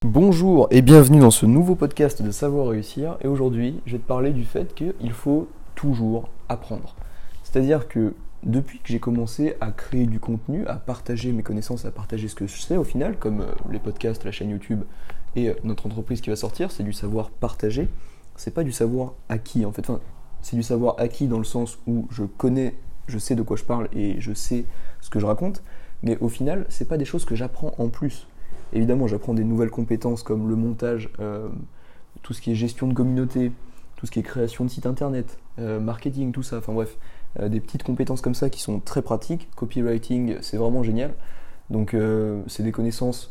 Bonjour et bienvenue dans ce nouveau podcast de Savoir Réussir. Et aujourd'hui, je vais te parler du fait qu'il faut toujours apprendre. C'est-à-dire que depuis que j'ai commencé à créer du contenu, à partager mes connaissances, à partager ce que je sais au final, comme les podcasts, la chaîne YouTube et notre entreprise qui va sortir, c'est du savoir partagé. C'est pas du savoir acquis en fait. Enfin, c'est du savoir acquis dans le sens où je connais, je sais de quoi je parle et je sais ce que je raconte. Mais au final, c'est pas des choses que j'apprends en plus. Évidemment, j'apprends des nouvelles compétences comme le montage, tout ce qui est gestion de communauté, tout ce qui est création de site internet, marketing, tout ça, enfin bref, des petites compétences comme ça qui sont très pratiques. Copywriting, c'est vraiment génial. Donc c'est des connaissances,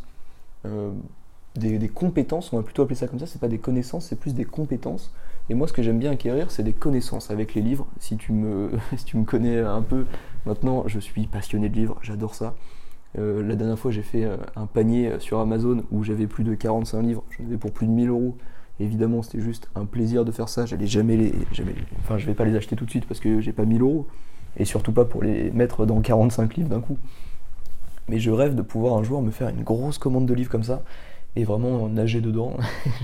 des compétences, on va plutôt appeler ça comme ça, c'est pas des connaissances, c'est plus des compétences. Et moi ce que j'aime bien acquérir, c'est des connaissances avec les livres. Si tu me connais un peu, maintenant je suis passionné de livres, j'adore ça. La dernière fois j'ai fait un panier sur Amazon où j'avais plus de 45 livres, j'en avais pour plus de 1000 €. Évidemment c'était juste un plaisir de faire ça, je vais pas les acheter tout de suite parce que j'ai pas 1000 € et surtout pas pour les mettre dans 45 livres d'un coup. Mais je rêve de pouvoir un jour me faire une grosse commande de livres comme ça et vraiment nager dedans.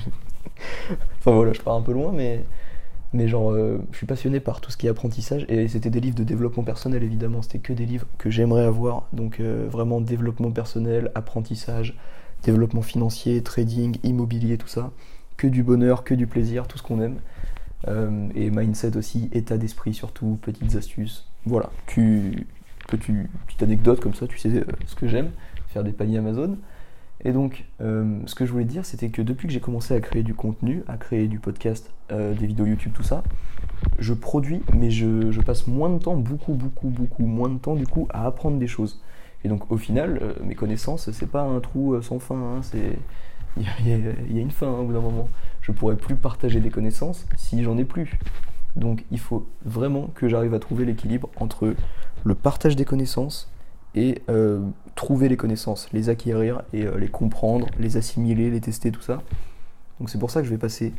Enfin voilà, je pars un peu loin mais genre, je suis passionné par tout ce qui est apprentissage et c'était des livres de développement personnel évidemment, c'était que des livres que j'aimerais avoir, donc vraiment développement personnel, apprentissage, développement financier, trading, immobilier, tout ça, que du bonheur, que du plaisir, tout ce qu'on aime, et mindset aussi, état d'esprit surtout, petites astuces, voilà, petite anecdote comme ça, tu sais ce que j'aime, faire des paniers Amazon. Et donc, ce que je voulais dire, c'était que depuis que j'ai commencé à créer du contenu, à créer du podcast, des vidéos YouTube, tout ça, je produis, mais je passe moins de temps, beaucoup moins de temps du coup, à apprendre des choses. Et donc, au final, mes connaissances, c'est pas un trou sans fin, hein, il y a une fin, hein, au bout d'un moment. Je pourrais plus partager des connaissances si j'en ai plus. Donc, il faut vraiment que j'arrive à trouver l'équilibre entre le partage des connaissances et trouver les connaissances, les acquérir et les comprendre, les assimiler, les tester, tout ça. Donc c'est pour ça que je vais passer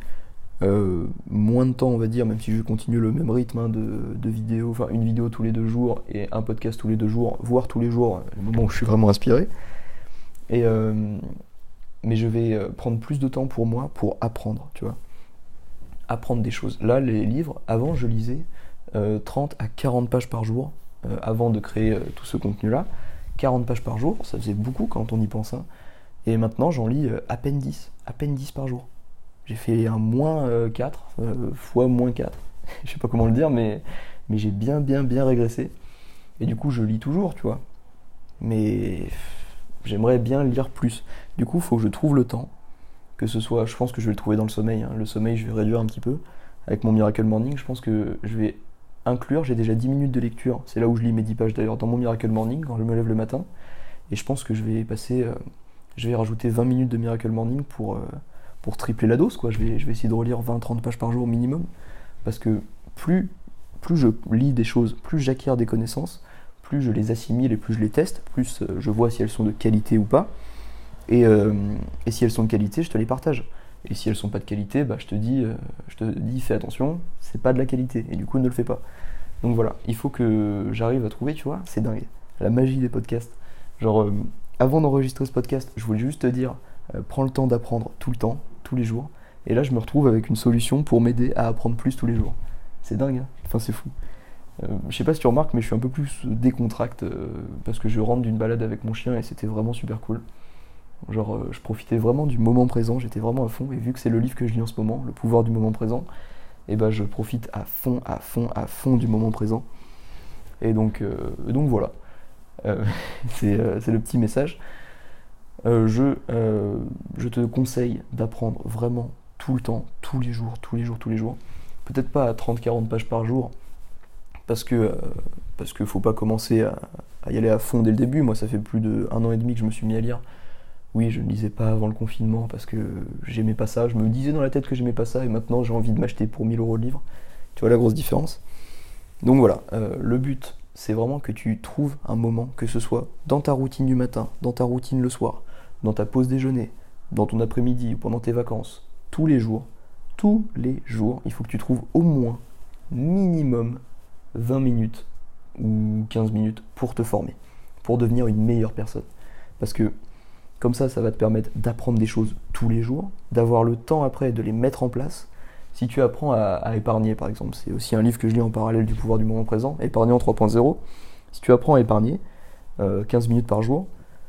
moins de temps, on va dire, même si je continue le même rythme hein, de vidéos, enfin une vidéo tous les 2 jours et un podcast tous les 2 jours, voire tous les jours, le moment où je suis vraiment inspiré. Et, mais je vais prendre plus de temps pour moi pour apprendre, tu vois. Apprendre des choses. Là, les livres, avant je lisais 30 à 40 pages par jour, avant de créer tout ce contenu-là. 40 pages par jour, ça faisait beaucoup quand on y pense. Hein. Et maintenant, j'en lis à peine 10 par jour. J'ai fait un moins 4, fois moins 4. Je sais pas comment le dire, mais j'ai bien régressé. Et du coup, je lis toujours, tu vois. Mais j'aimerais bien lire plus. Du coup, il faut que je trouve le temps. Que ce soit, je pense que je vais le trouver dans le sommeil. Hein. Le sommeil, je vais réduire un petit peu. Avec mon Miracle Morning, je pense que je vais inclure, j'ai déjà 10 minutes de lecture, c'est là où je lis mes 10 pages d'ailleurs dans mon Miracle Morning quand je me lève le matin, et je pense que je vais rajouter 20 minutes de Miracle Morning pour tripler la dose, quoi. Je vais essayer de relire 20-30 pages par jour minimum, parce que plus je lis des choses, plus j'acquiers des connaissances, plus je les assimile et plus je les teste, plus je vois si elles sont de qualité ou pas, et si elles sont de qualité, je te les partage. Et si elles sont pas de qualité, bah je te dis fais attention, c'est pas de la qualité, et du coup ne le fais pas. Donc voilà, il faut que j'arrive à trouver, tu vois, c'est dingue, la magie des podcasts. Genre, avant d'enregistrer ce podcast, je voulais juste te dire, prends le temps d'apprendre tout le temps, tous les jours, et là je me retrouve avec une solution pour m'aider à apprendre plus tous les jours. C'est dingue, hein, enfin c'est fou. Je sais pas si tu remarques, mais je suis un peu plus décontracté, parce que je rentre d'une balade avec mon chien et c'était vraiment super cool. Genre, je profitais vraiment du moment présent, j'étais vraiment à fond, et vu que c'est le livre que je lis en ce moment, Le pouvoir du moment présent, et bah je profite à fond du moment présent. Et donc voilà, c'est le petit message. Je te conseille d'apprendre vraiment tout le temps, tous les jours. Peut-être pas à 30-40 pages par jour, parce que faut pas commencer à y aller à fond dès le début. Moi ça fait plus d'1 an et demi que je me suis mis à lire. Oui, je ne lisais pas avant le confinement parce que j'aimais pas ça. Je me disais dans la tête que j'aimais pas ça et maintenant j'ai envie de m'acheter pour 1000 € de livre. Tu vois la grosse différence. Donc voilà, le but, c'est vraiment que tu trouves un moment, que ce soit dans ta routine du matin, dans ta routine le soir, dans ta pause déjeuner, dans ton après-midi ou pendant tes vacances, tous les jours, il faut que tu trouves au moins, minimum, 20 minutes ou 15 minutes pour te former, pour devenir une meilleure personne. Parce que Comme ça va te permettre d'apprendre des choses tous les jours, d'avoir le temps après de les mettre en place. Si tu apprends à épargner, par exemple, c'est aussi un livre que je lis en parallèle du pouvoir du moment présent, Épargnant 3.0. Si tu apprends à épargner 15 minutes par jour,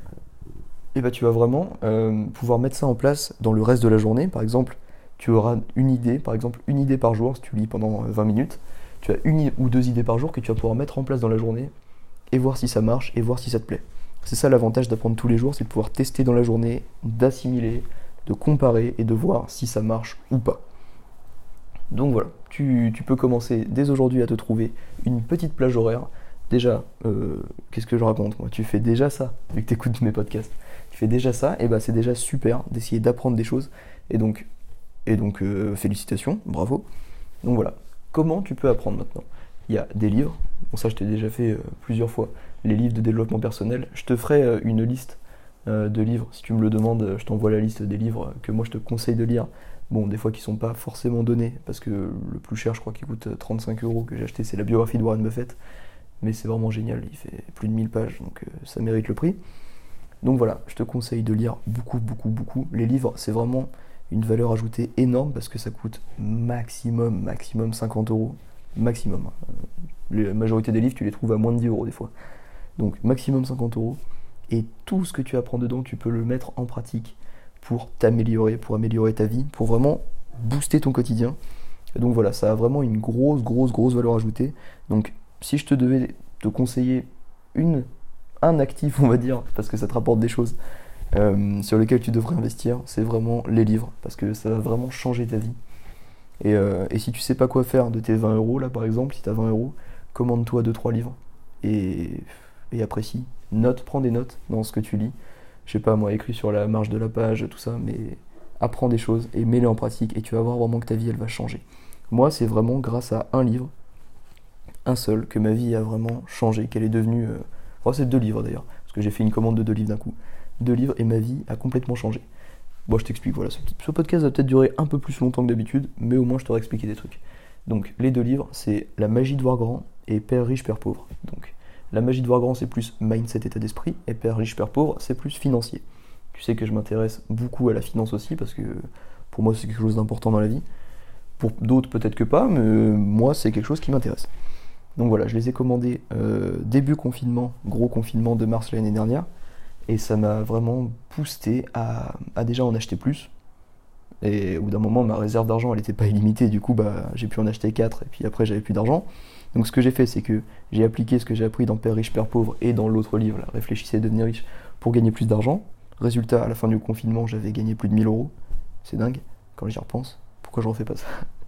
et tu vas vraiment pouvoir mettre ça en place dans le reste de la journée. Par exemple, tu auras une idée par jour, si tu lis pendant 20 minutes, tu as une ou deux idées par jour que tu vas pouvoir mettre en place dans la journée et voir si ça marche et voir si ça te plaît. C'est ça l'avantage d'apprendre tous les jours, c'est de pouvoir tester dans la journée, d'assimiler, de comparer et de voir si ça marche ou pas. Donc voilà, tu peux commencer dès aujourd'hui à te trouver une petite plage horaire. Déjà, qu'est-ce que je raconte moi ? Tu fais déjà ça, vu que tu écoutes mes podcasts. Tu fais déjà ça, et c'est déjà super d'essayer d'apprendre des choses. Et donc félicitations, bravo. Donc voilà, comment tu peux apprendre maintenant ? Il y a des livres, bon ça je t'ai déjà fait plusieurs fois, les livres de développement personnel. Je te ferai une liste de livres, si tu me le demandes, je t'envoie la liste des livres que moi je te conseille de lire. Bon, des fois qui sont pas forcément donnés, parce que le plus cher je crois qu'il coûte 35 € que j'ai acheté, c'est la biographie de Warren Buffett. Mais c'est vraiment génial, il fait plus de 1000 pages, donc ça mérite le prix. Donc voilà, je te conseille de lire beaucoup. Les livres, c'est vraiment une valeur ajoutée énorme parce que ça coûte maximum 50 €. Maximum. La majorité des livres, tu les trouves à moins de 10 € des fois. Donc maximum 50 €. Et tout ce que tu apprends dedans, tu peux le mettre en pratique pour t'améliorer, pour améliorer ta vie, pour vraiment booster ton quotidien. Et donc voilà, ça a vraiment une grosse valeur ajoutée. Donc si je te devais te conseiller un actif, on va dire, parce que ça te rapporte des choses sur lesquelles tu devrais investir, c'est vraiment les livres, parce que ça va vraiment changer ta vie. Et si tu sais pas quoi faire de tes 20 € là par exemple, si tu as 20 €, commande-toi 2-3 livres et apprécie. Prends des notes dans ce que tu lis. Je sais pas moi, écris sur la marge de la page, tout ça, mais apprends des choses et mets-les en pratique et tu vas voir vraiment que ta vie elle va changer. Moi c'est vraiment grâce à un livre, un seul, que ma vie a vraiment changé, qu'elle est devenue... c'est 2 livres d'ailleurs, parce que j'ai fait une commande de 2 livres d'un coup. 2 livres et ma vie a complètement changé. Bon, je t'explique, voilà, ce podcast va peut-être durer un peu plus longtemps que d'habitude, mais au moins je t'aurai expliqué des trucs. Donc, les 2 livres, c'est La magie de voir grand et Père riche, Père pauvre. Donc, La magie de voir grand, c'est plus mindset, état d'esprit, et Père riche, Père pauvre, c'est plus financier. Tu sais que je m'intéresse beaucoup à la finance aussi, parce que pour moi, c'est quelque chose d'important dans la vie. Pour d'autres, peut-être que pas, mais moi, c'est quelque chose qui m'intéresse. Donc voilà, je les ai commandés début confinement, gros confinement de mars l'année dernière, et ça m'a vraiment boosté à déjà en acheter plus. Et au bout d'un moment, ma réserve d'argent, elle n'était pas illimitée, du coup, j'ai pu en acheter 4, et puis après, j'avais plus d'argent. Donc ce que j'ai fait, c'est que j'ai appliqué ce que j'ai appris dans Père riche, Père pauvre, et dans l'autre livre, là, Réfléchissez à devenir riche, pour gagner plus d'argent. Résultat, à la fin du confinement, j'avais gagné plus de 1000 €. C'est dingue, quand j'y repense. Pourquoi je refais pas ça ?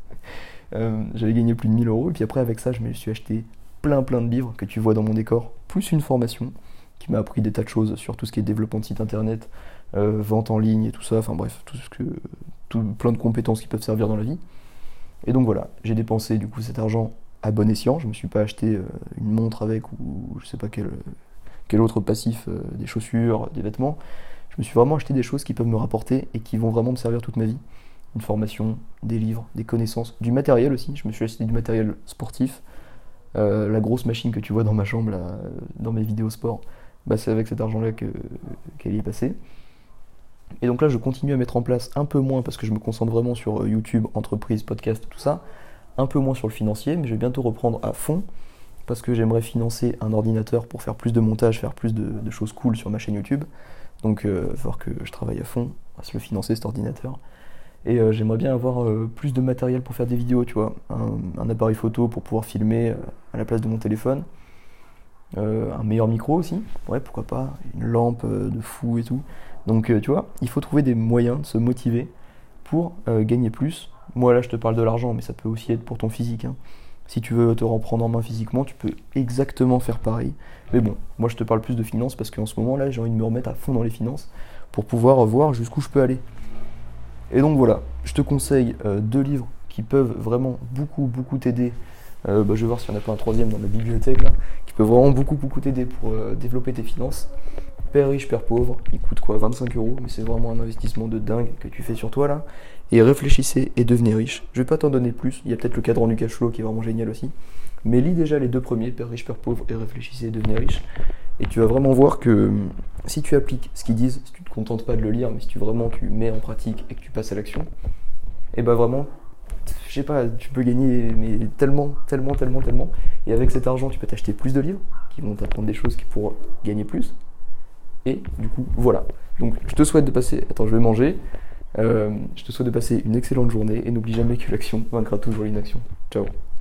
J'avais gagné plus de 1000 €, et puis après, avec ça, je me suis acheté plein de livres que tu vois dans mon décor, plus une formation qui m'a appris des tas de choses sur tout ce qui est développement de site internet, vente en ligne et tout ça, enfin bref, plein de compétences qui peuvent servir dans la vie. Et donc voilà, j'ai dépensé du coup cet argent à bon escient. Je me suis pas acheté une montre avec ou je sais pas quel autre passif, des chaussures, des vêtements. Je me suis vraiment acheté des choses qui peuvent me rapporter et qui vont vraiment me servir toute ma vie. Une formation, des livres, des connaissances, du matériel aussi. Je me suis acheté du matériel sportif. La grosse machine que tu vois dans ma chambre, là, dans mes vidéos sport, c'est avec cet argent-là qu'elle y est passée. Et donc là, je continue à mettre en place un peu moins, parce que je me concentre vraiment sur YouTube, entreprise, podcast, tout ça, un peu moins sur le financier, mais je vais bientôt reprendre à fond, parce que j'aimerais financer un ordinateur pour faire plus de montage, faire plus de choses cool sur ma chaîne YouTube. Donc il va falloir que je travaille à fond à se le financer, cet ordinateur. Et j'aimerais bien avoir plus de matériel pour faire des vidéos, tu vois, un appareil photo pour pouvoir filmer à la place de mon téléphone, un meilleur micro aussi, ouais, pourquoi pas, une lampe de fou et tout. Donc tu vois, il faut trouver des moyens de se motiver pour gagner plus. Moi là je te parle de l'argent, mais ça peut aussi être pour ton physique, hein. Si tu veux te reprendre en main physiquement, tu peux exactement faire pareil. Mais bon, moi je te parle plus de finances parce qu'en ce moment là j'ai envie de me remettre à fond dans les finances pour pouvoir voir jusqu'où je peux aller. Et donc voilà, je te conseille 2 livres qui peuvent vraiment beaucoup t'aider. Je vais voir s'il n'y en a pas un troisième dans ma bibliothèque là, qui peut vraiment beaucoup t'aider pour développer tes finances. Père riche, père pauvre, il coûte quoi, 25 euros, mais c'est vraiment un investissement de dingue que tu fais sur toi là. Et réfléchissez et devenez riche. Je vais pas t'en donner plus, il y a peut-être le cadran du cash flow qui est vraiment génial aussi. Mais lis déjà les deux premiers, Père riche, père pauvre, et réfléchissez et devenez riche. Et tu vas vraiment voir que si tu appliques ce qu'ils disent, si tu te contentes pas de le lire, mais si tu mets en pratique et que tu passes à l'action, et bah vraiment, je sais pas, tu peux gagner mais tellement. Et avec cet argent, tu peux t'acheter plus de livres qui vont t'apprendre des choses qui pourront gagner plus. Et du coup, voilà. Donc, je te souhaite de passer. Attends, je vais manger. Je te souhaite de passer une excellente journée et n'oublie jamais que l'action vaincra toujours l'inaction. Ciao.